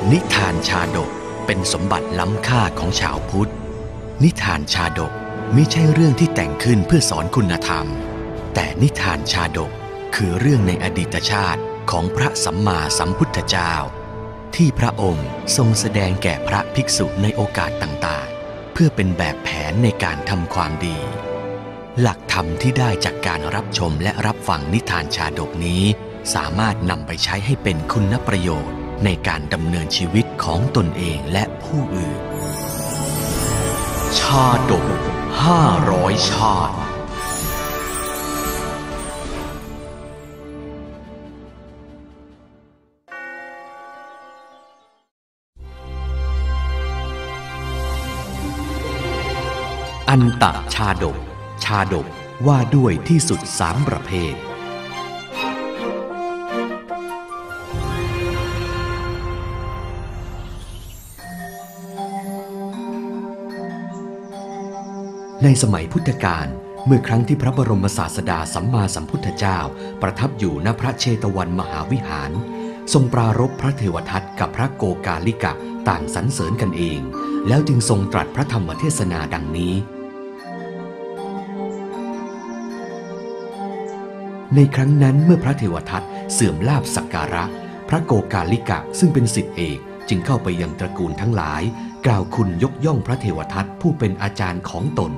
นิทานชาดกเป็นสมบัติล้ำค่าของชาวพุทธนิทานชาดกไม่ใช่เรื่องที่แต่งขึ้นเพื่อสอนคุณธรรมแต่นิทานชาดกคือเรื่องในอดีตชาติของพระสัมมาสัมพุทธเจ้าที่พระองค์ทรงแสดงแก่พระภิกษุในโอกาสต่างๆเพื่อเป็นแบบแผนในการทำความดีหลักธรรมที่ได้จากการรับชมและรับฟังนิทานชาดกนี้สามารถนำไปใช้ให้เป็นคุณประโยชน์ในการดำเนินชีวิตของตนเองและผู้อื่นชาดก500 ชาติอันตะชาดกชาดกว่าด้วยที่สุด3ประเภทในสมัยพุทธกาลเมื่อครั้งที่พระบรมศาสดาสัมมาสัมพุทธเจ้าประทับอยู่ณพระเชตวันมหาวิหารทรงปรารภพระเทวทัตกับพระโกกาลิกะต่างสรรเสริญกันเองแล้วจึงทรงตรัสพระธรรมเทศนาดังนี้ในครั้งนั้นเมื่อพระเทวทัตเสื่อมลาภสักการะพระโกกาลิกะซึ่งเป็นศิษย์เอกจึงเข้าไปยังตระกูลทั้งหลายกล่าวคุณยกย่องพระเทวทัตผู้เป็นอาจารย์ของตน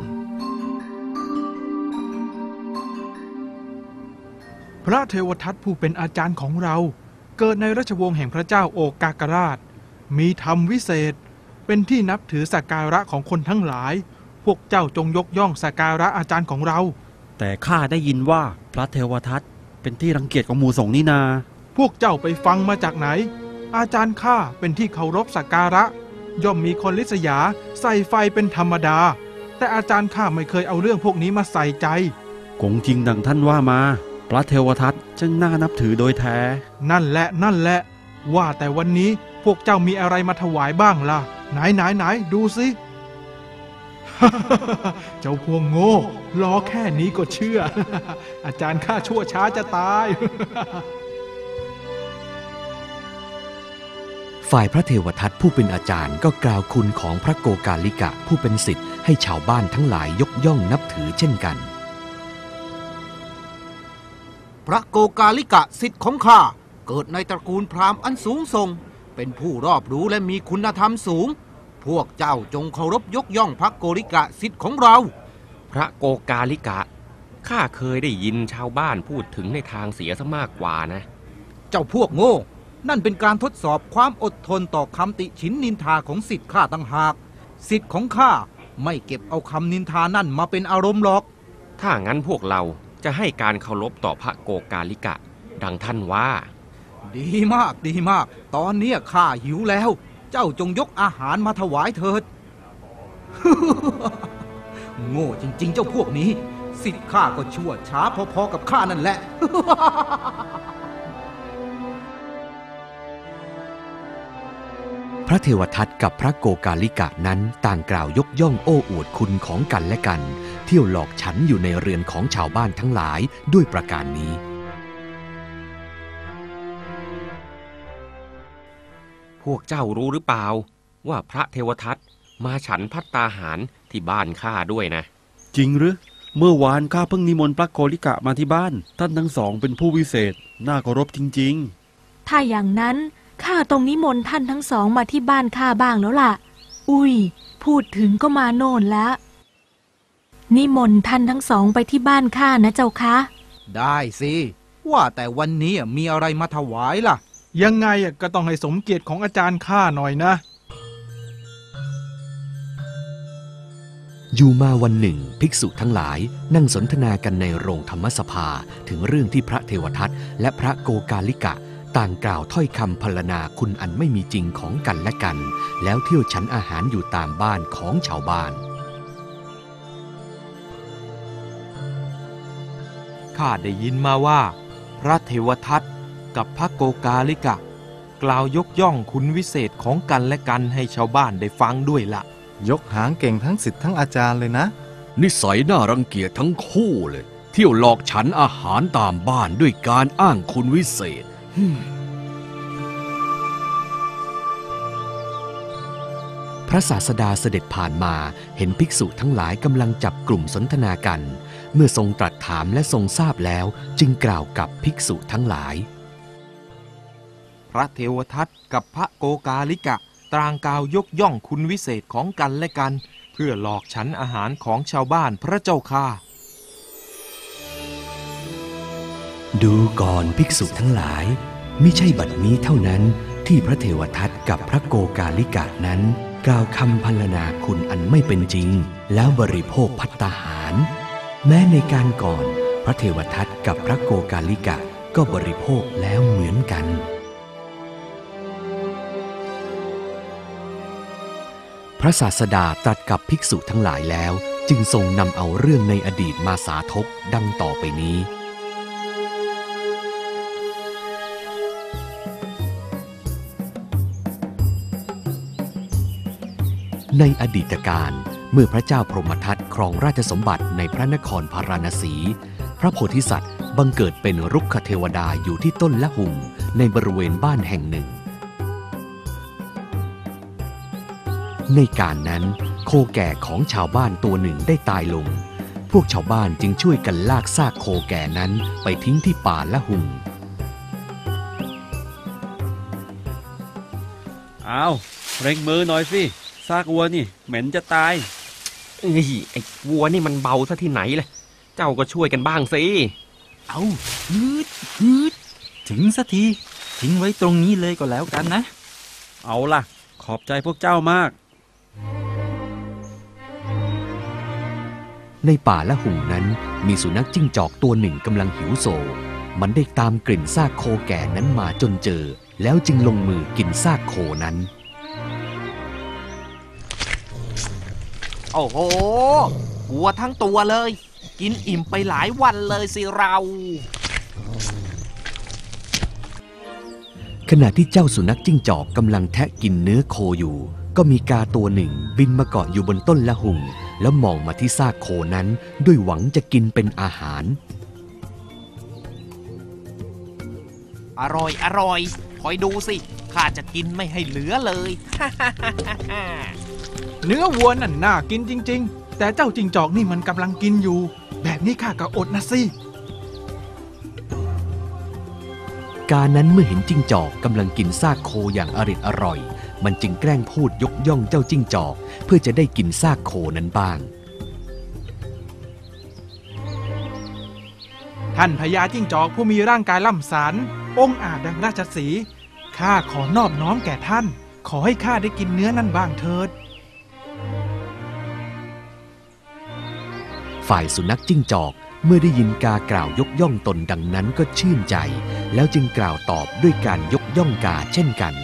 พระเทวทัตผู้เป็นอาจารย์ของเราเกิดในราชวงศ์แห่งพระเจ้าโอกากราชมีธรรมวิเศษเป็นที่นับถือสักการะของคนทั้งหลายพวกเจ้าจงยกย่องสักการะอาจารย์ของเราแต่ข้าได้ยินว่าพระเทวทัตเป็นที่รังเกียจของหมู่สงฆ์นี่นาพวกเจ้าไปฟังมาจากไหนอาจารย์ข้าเป็นที่เคารพสักการะย่อมมีคนลิษยาใส่ไฟเป็นธรรมดาแต่อาจารย์ข้าไม่เคยเอาเรื่องพวกนี้มาใส่ใจคงจริงดังท่านว่ามาพระเทวทัตจึงน่านับถือโดยแท้นั่นแหละว่าแต่วันนี้พวกเจ้ามีอะไรมาถวายบ้างล่ะไหนดูสิ เจ้าพวกโง่รอแค่นี้ก็เชื่อ อาจารย์ข้าชั่วช้าจะตายฝ่ายพระเทวทัตผู้เป็นอาจารย์ก็กล่าวคุณของพระโกกาลิกะผู้เป็นศิษย์ให้ชาวบ้านทั้งหลายยกย่องนับถือเช่นกันพระโกกาลิกะศิษย์ของข้าเกิดในตระกูลพราหมณ์อันสูงส่งเป็นผู้รอบรู้และมีคุณธรรมสูงพวกเจ้าจงเคารพยกย่องพระโกลิกะศิษย์ของเราพระโกกาลิกะข้าเคยได้ยินชาวบ้านพูดถึงในทางเสียซะมากกว่านะเจ้าพวกโง่นั่นเป็นการทดสอบความอดทนต่อคำติฉินนินทาของศิษย์ข้าต่างหากศิษย์ของข้าไม่เก็บเอาคำนินทานั่นมาเป็นอารมณ์หรอกถ้างั้นพวกเราจะให้การเคารพต่อพระโกกาลิกะดังท่านว่าดีมากตอนนี้ข้าหิวแล้วเจ้าจงยกอาหารมาถวายเถิด โง่จริงๆเจ้าพวกนี้ศิษย์ข้าก็ชั่วช้าพอๆกับข้านั่นแหละพระเทวทัตกับพระโกกาลิกะนั้นต่างกล่าวยกย่องโอ้อวดคุณของกันและกันเที่ยวหลอกฉันอยู่ในเรือนของชาวบ้านทั้งหลายด้วยประการนี้พวกเจ้ารู้หรือเปล่าว่าพระเทวทัตมาฉันภัตตาหารที่บ้านข้าด้วยนะจริงหรือเมื่อวานข้าเพิ่งนิมนต์พระโกลิกะมาที่บ้านท่านทั้งสองเป็นผู้วิเศษน่าเคารพจริงๆถ้าอย่างนั้นข้าต้องนิมนต์ท่านทั้งสองมาที่บ้านข้าบ้างแล้วล่ะอุ้ยพูดถึงก็มาโน่นแล้วนิมนต์ท่านทั้งสองไปที่บ้านข้านะเจ้าคะได้สิว่าแต่วันนี้มีอะไรมาถวายล่ะยังไงก็ต้องให้สมเกียรติของอาจารย์ข้าหน่อยนะอยู่มาวันหนึ่งภิกษุทั้งหลายนั่งสนทนากันในโรงธรรมสภาถึงเรื่องที่พระเทวทัตและพระโกกาลิกะต่างกล่าวถ้อยคำพรรณนาคุณอันไม่มีจริงของกันและกันแล้วเที่ยวฉันอาหารอยู่ตามบ้านของชาวบ้านข้าได้ยินมาว่าพระเทวทัตกับพระโกกาลิกะกล่าวยกย่องคุณวิเศษของกันและกันให้ชาวบ้านได้ฟังด้วยละยกหางเก่งทั้งศิษย์ทั้งอาจารย์เลยนะนิสัยน่ารังเกียจทั้งคู่เลยเที่ยวหลอกฉันอาหารตามบ้านด้วยการอ้างคุณวิเศษพระศาสดาเสด็จผ่านมาเห็นภิกษุทั้งหลายกำลังจับกลุ่มสนทนากันเมื่อทรงตรัสถามและทรงทราบแล้วจึงกล่าวกับภิกษุทั้งหลายพระเทวทัตกับพระโกกาลิกะตรางกล่าวยกย่องคุณวิเศษของกันและกันเพื่อหลอกฉันอาหารของชาวบ้านพระเจ้าค่ะดูก่อนภิกษุทั้งหลายมิใช่บัดนี้เท่านั้นที่พระเทวทัตกับพระโกกาลิกะนั้นกล่าวคำพรรณนาคุณอันไม่เป็นจริงแล้วบริโภคภัตตาหารแม้ในการก่อนพระเทวทัตกับพระโกกาลิกะก็บริโภคแล้วเหมือนกันพระศาสดาตรัสกับภิกษุทั้งหลายแล้วจึงทรงนำเอาเรื่องในอดีตมาสาธกดังต่อไปนี้ในอดีตการเมื่อพระเจ้าพรหมทัตครองราชสมบัติในพระนครพาราณสีพระโพธิสัตว์บังเกิดเป็นรุกขเทวดาอยู่ที่ต้นละหุ่งในบริเวณบ้านแห่งหนึ่งในการนั้นโคแก่ของชาวบ้านตัวหนึ่งได้ตายลงพวกชาวบ้านจึงช่วยกันลากซากโคแก่นั้นไปทิ้งที่ป่าละหุ่งอ้าวเร่งมือหน่อยสิซากวัวนี่เหม็นจะตายไอ้วัวนี่มันเบาซะที่ไหนเลยเจ้าก็ช่วยกันบ้างสิเอาฮืดถึงสักทีทิ้งไว้ตรงนี้เลยก็แล้วกันนะเอาล่ะขอบใจพวกเจ้ามากในป่าละหุ่งนั้นมีสุนัขจิ้งจอกตัวหนึ่งกำลังหิวโซมันได้ตามกลิ่นซากโคแก่นั้นมาจนเจอแล้วจึงลงมือกินซากโคนั้นโอ้โหวัวทั้งตัวเลยกินอิ่มไปหลายวันเลยสิเราขณะที่เจ้าสุนัขจิ้งจอกกำลังแทะกินเนื้อโคอยู่ก็มีกาตัวหนึ่งบินมาเกาะอยู่บนต้นละหุ่งแล้วมองมาที่ซากโคนั้นด้วยหวังจะกินเป็นอาหารอร่อยคอยดูสิข้าจะกินไม่ให้เหลือเลยเนื้อวัวนั่นน่ากินจริงๆแต่เจ้าจิ้งจอกนี่มันกำลังกินอยู่แบบนี้ข้าก็อดนะสิกานั้นเมื่อเห็นจิ้งจอกกำลังกินซากโคอย่างอร่อยมันจึงแกล้งพูดยกย่องเจ้าจิ้งจอกเพื่อจะได้กินซากโคนั้นบ้างท่านพญาจิ้งจอกผู้มีร่างกายล่ำสันองค์อาจดังราชสีห์ข้าขอนอบน้อมแก่ท่านขอให้ข้าได้กินเนื้อนั่นบ้างเถิดฝ่ายสุนัขจิ้งจอกเมื่อได้ยินกากล่าวยกย่องตนดังนั้นก็ชื่นใจแล้วจึงกล่าวตอบด้วยการยกย่องกาเช่นกัน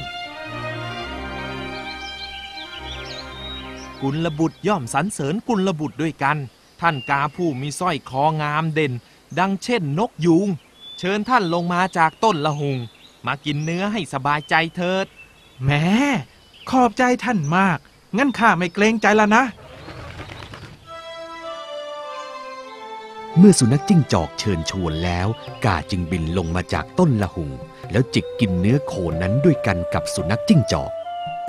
กุลบุตรย่อมสรรเสริญกุลบุตรด้วยกันท่านกาผู้มีสร้อยคองามเด่นดังเช่นนกยูงเชิญท่านลงมาจากต้นละหุ่งมากินเนื้อให้สบายใจเถิดแหมขอบใจท่านมากงั้นข้าไม่เกรงใจแล้วนะเมื่อสุนัขจิ้งจอกเชิญชวนแล้วกาจึงบินลงมาจากต้นละหุ่งแล้วจิกกินเนื้อโคนั้นด้วยกันกับสุนัขจิ้งจอก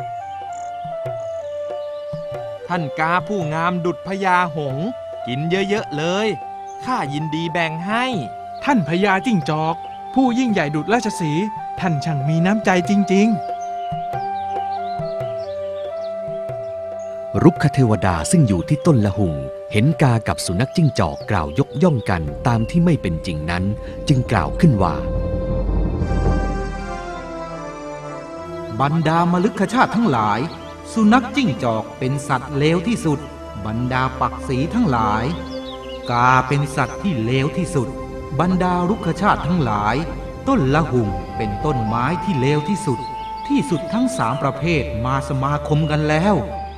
ท่านกาผู้งามดุจพญาหงส์กินเยอะๆเลยข้ายินดีแบ่งให้ท่านพญาจิ้งจอกผู้ยิ่งใหญ่ดุจราชสีห์ท่านช่างมีน้ำใจจริงๆรุกขเทวดาซึ่งอยู่ที่ต้นละหุ่งเห็นกากับสุนัขจิ้งจอกกล่าวยกย่องกันตามที่ไม่เป็นจริงนั้นจึงกล่าวขึ้นว่าบรรดามฤคชาติทั้งหลายสุนัขจิ้งจอกเป็นสัตว์เลวที่สุดบรรดาปักษีทั้งหลายกาเป็นสัตว์ที่เลวที่สุดบรรดารุกขชาติทั้งหลายต้นละหุ่งเป็นต้นไม้ที่เลวที่สุดทั้งสามประเภทมาสมาคมกันแล้ว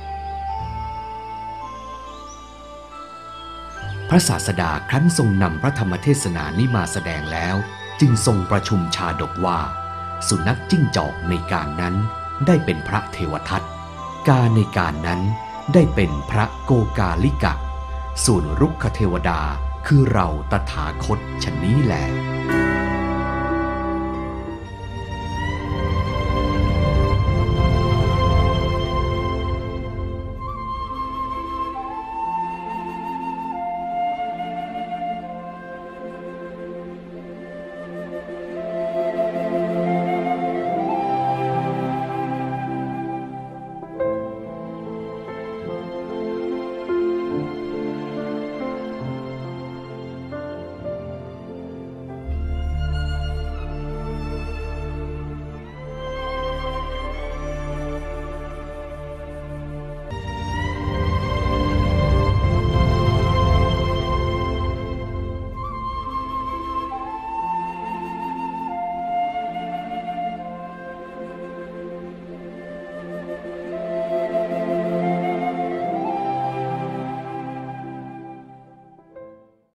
พระศาสดาครั้นทรงนำพระธรรมเทศนานี้มาแสดงแล้วจึงทรงประชุมชาดกว่าสุนัขจิ้งจอกในการนั้นได้เป็นพระเทวทัตกาในการนั้นได้เป็นพระโกกาลิกะส่วนรุกขเทวดาคือเราตถาคตฉะนี้แล